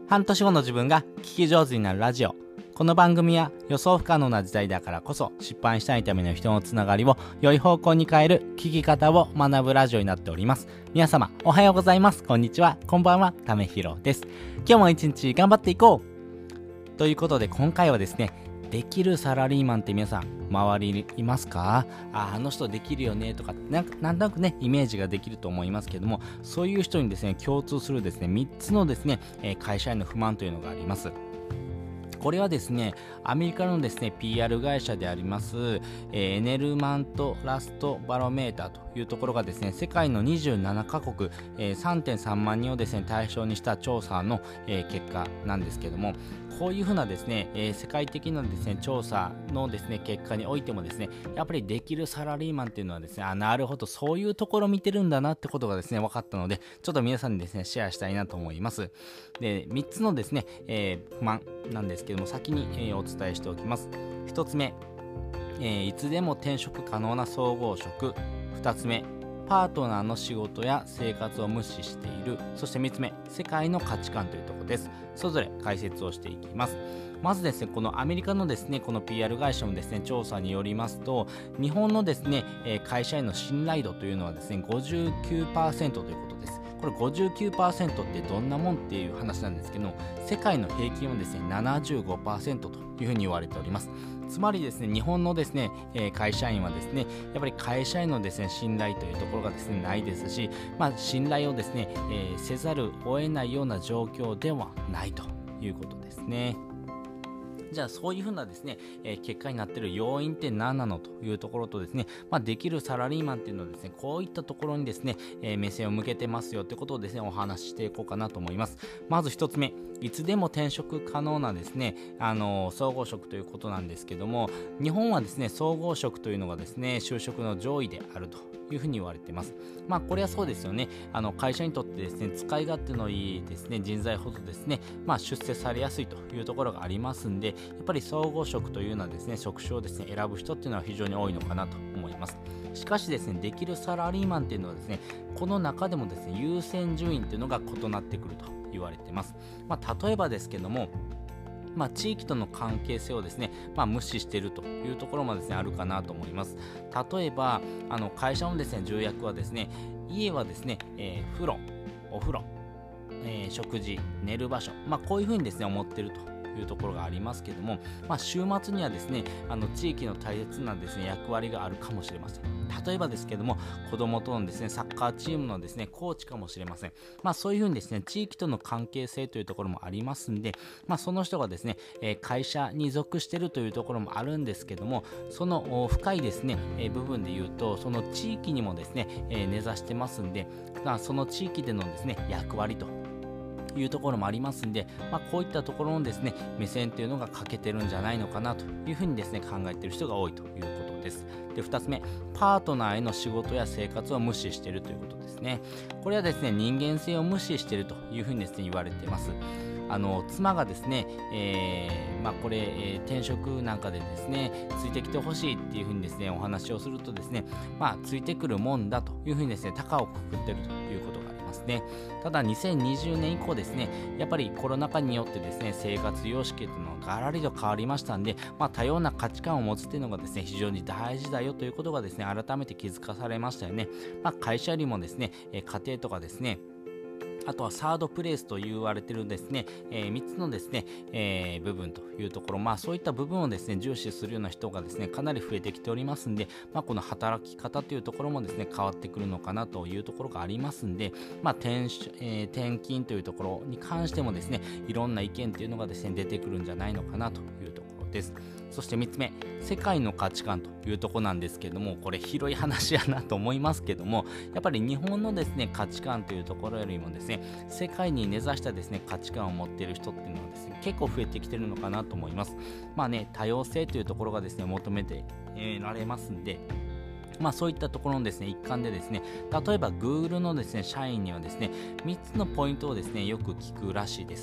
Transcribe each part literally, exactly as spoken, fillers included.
半年後の自分が聞き上手になるラジオ。この番組は予想不可能な時代だからこそ失敗したいための人のつながりを良い方向に変える聞き方を学ぶラジオになっております。皆様おはようございます。こんにちは。こんばんは。ためひろです。今日も一日頑張っていこうということで、今回はですね、できるサラリーマンって皆さん周りにいますか？あ、あの人できるよねとかなんかなんとなくねイメージができると思いますけども、そういう人にですね共通するですねみっつのですね、えー、会社への不満というのがあります。これはですね、アメリカのですね ピーアール 会社であります、えー、エネルマントラストバロメーターというところがですね、世界のにじゅうななカ国、えー、さんてんさんまんにんをですね対象にした調査の、えー、結果なんですけども、こういうふうなですね、えー、世界的なですね調査のですね結果においてもですね、やっぱりできるサラリーマンっていうのはですね、あ、なるほど、そういうところ見てるんだなってことがですね分かったので、ちょっと皆さんにですねシェアしたいなと思います。で、みっつのですね、えー、不満なんですけども、先に、えー、お伝えしておきます。ひとつめ、えー、いつでも転職可能な総合職。ふたつめ、パートナーの仕事や生活を無視している。そしてみっつめ、世界の価値観というところです。それぞれ解説をしていきます。まずですね、このアメリカのですねこの ピーアール 会社のですね調査によりますと、日本のですね、えー、会社への信頼度というのはですね ごじゅうきゅうパーセント ということです。これ ごじゅうきゅうパーセント ってどんなもんっていう話なんですけど、世界の平均はですね ななじゅうごパーセント というふうに言われております。つまりですね、日本のですね、えー、会社員はですね、やっぱり会社へのですね信頼というところがですねないですし、まあ信頼をですね、えー、せざるを得ないような状況ではないということですね。じゃあそういうふうなですね、えー、結果になっている要因って何なのというところとですね、まあ、できるサラリーマンっていうのはですね、こういったところにですね、えー、目線を向けてますよということをですね、お話ししていこうかなと思います。まず一つ目、いつでも転職可能なですね、あのー、総合職ということなんですけども、日本はですね、総合職というのがですね、就職の上位であるというふうに言われています。まあこれはそうですよね。あの会社にとってですね、使い勝手のいいですね人材ほどですね、まあ出世されやすいというところがありますんで、やっぱり総合職というのはですね、職種をですね選ぶ人っていうのは非常に多いのかなと思います。しかしですね、できるサラリーマンっていうのはですね、この中でもですね優先順位っていうのが異なってくると言われています。まあ例えばですけども、まあ、地域との関係性をですね、まあ、無視しているというところもですねあるかなと思います。例えばあの会社のですね重役はですね、家はですね、えー、風呂、お風呂、えー、食事、寝る場所、まあ、こういうふうにですね思っているというところがありますけども、まあ、週末にはですねあの地域の大切なですね役割があるかもしれません。例えばですけども、子供とのですねサッカーチームのですねコーチかもしれません。まあそういうふうにですね地域との関係性というところもありますんで、まあその人がですね、えー、会社に属しているというところもあるんですけども、その深いですね、えー、部分で言うと、その地域にもですね、えー、根ざしてますんで、まあ、その地域でのですね役割というところもありますんで、まあ、こういったところのですね目線というのが欠けてるんじゃないのかなというふうにですね考えている人が多いということです。で、ふたつめ、パートナーへの仕事や生活を無視しているということですね。これはですね人間性を無視しているというふうにですね言われています。あの妻がですね、えーまあ、これ、えー、転職なんかでですねついてきてほしいっていうふうにですねお話をするとですね、まあついてくるもんだというふうにですね高をくくっているということがありますね。ただにせんにじゅうねん以降ですね、やっぱりコロナ禍によってですね生活様式というのがガラリと変わりましたんで、まあ、多様な価値観を持つというのがですね非常に大事だよということがですね改めて気づかされましたよね。まあ、会社よりもですね家庭とかですね、あとはサードプレイスと言われているですね、えー、みっつのですね、えー、部分というところ、まあそういった部分をですね重視するような人がですねかなり増えてきておりますんで、まあこの働き方というところもですね変わってくるのかなというところがありますんで、まあ転、えー、転勤というところに関してもですねいろんな意見というのがですね出てくるんじゃないのかなというところです。そしてみっつめ、世界の価値観というところなんですけども、これ広い話やなと思いますけども、やっぱり日本のですね価値観というところよりもですね世界に根ざしたですね価値観を持っている人っていうのはですね結構増えてきてるのかなと思います。まあね、多様性というところがですね求めてられますんで、まあそういったところのですね一環でですね、例えば Google のですね社員にはですねみっつのポイントをですねよく聞くらしいです。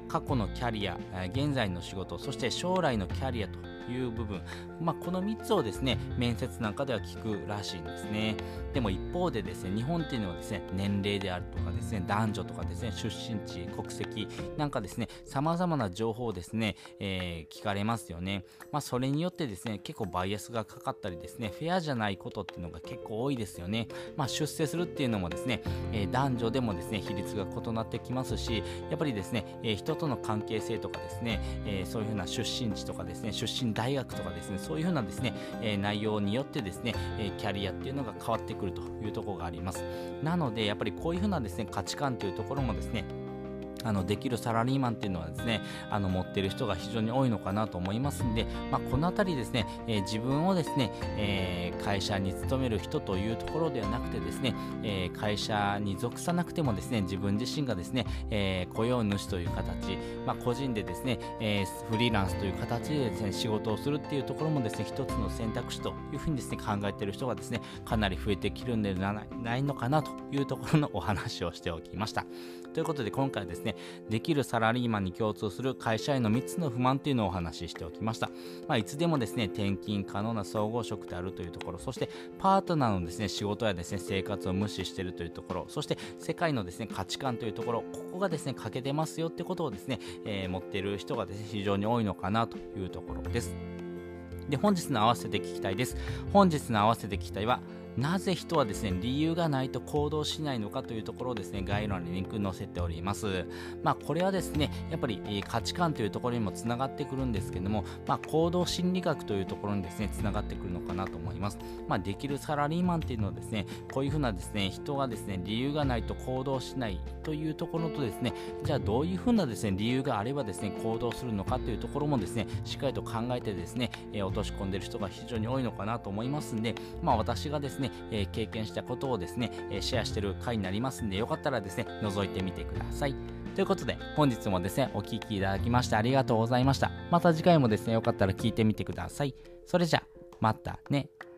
過去のキャリア、現在の仕事、そして将来のキャリアという部分、まあ、このみっつをですね面接なんかでは聞くらしいんですね。でも一方でですね、日本っていうのはですね、年齢であるとかですね、男女とかですね、出身地、国籍なんかですね、様々な情報をですね、えー、聞かれますよね。まあ、それによってですね、結構バイアスがかかったりですね、フェアじゃないことっていうのが結構多いですよね。まあ、出世するっていうのもですね、えー、男女でもですね、比率が異なってきますし、やっぱりですね、えー、人との関係性とかですね、えー、そういうふうな出身地とかですね、出身大学とかですね、そういうふうなですね、えー、内容によってですね、えー、キャリアっていうのが変わってくるというところがあります。なのでやっぱりこういうふうなですね価値観というところもですね、あのできるサラリーマンっていうのはですね、あの持っている人が非常に多いのかなと思いますんで、まあ、このあたりですね、えー、自分をですね、えー、会社に勤める人というところではなくてですね、えー、会社に属さなくてもですね、自分自身がですね、えー、雇用主という形、まあ、個人でですね、えー、フリーランスという形でですね、仕事をするっていうところもですね、一つの選択肢というふうにですね、考えている人がですね、かなり増えてきるんではないのかなというところのお話をしておきました。ということで今回はですね、できるサラリーマンに共通する会社へのみっつの不満というのをお話ししておきました。まあ、いつでもですね、転勤可能な総合職であるというところ、そしてパートナーのですね、仕事やですね、生活を無視しているというところ、そして世界のですね、価値観というところ、ここがですね、欠けてますよってことをですね、えー、持っている人がですね、非常に多いのかなというところです。で、本日の合わせて聞きたいです。本日の合わせて聞きたいは、なぜ人はですね、理由がないと行動しないのかというところをですね、概要欄にリンク載せております。まあ、これはですね、やっぱり、えー、価値観というところにもつながってくるんですけども、まあ、行動心理学というところにですね、つながってくるのかなと思います。まあ、できるサラリーマンっていうのはですね、こういうふうなですね、人がですね、理由がないと行動しないというところとですね、じゃあどういうふうなですね、理由があればですね、行動するのかというところもですね、しっかりと考えてですね、えー、落とし込んでいる人が非常に多いのかなと思いますんで、まあ、私がですね、えー、経験したことをですね、えー、シェアしている回になりますんで、よかったらですね、覗いてみてください。ということで、本日もですね、お聞きいただきましてありがとうございました。また次回もですね、よかったら聞いてみてください。それじゃ、またね。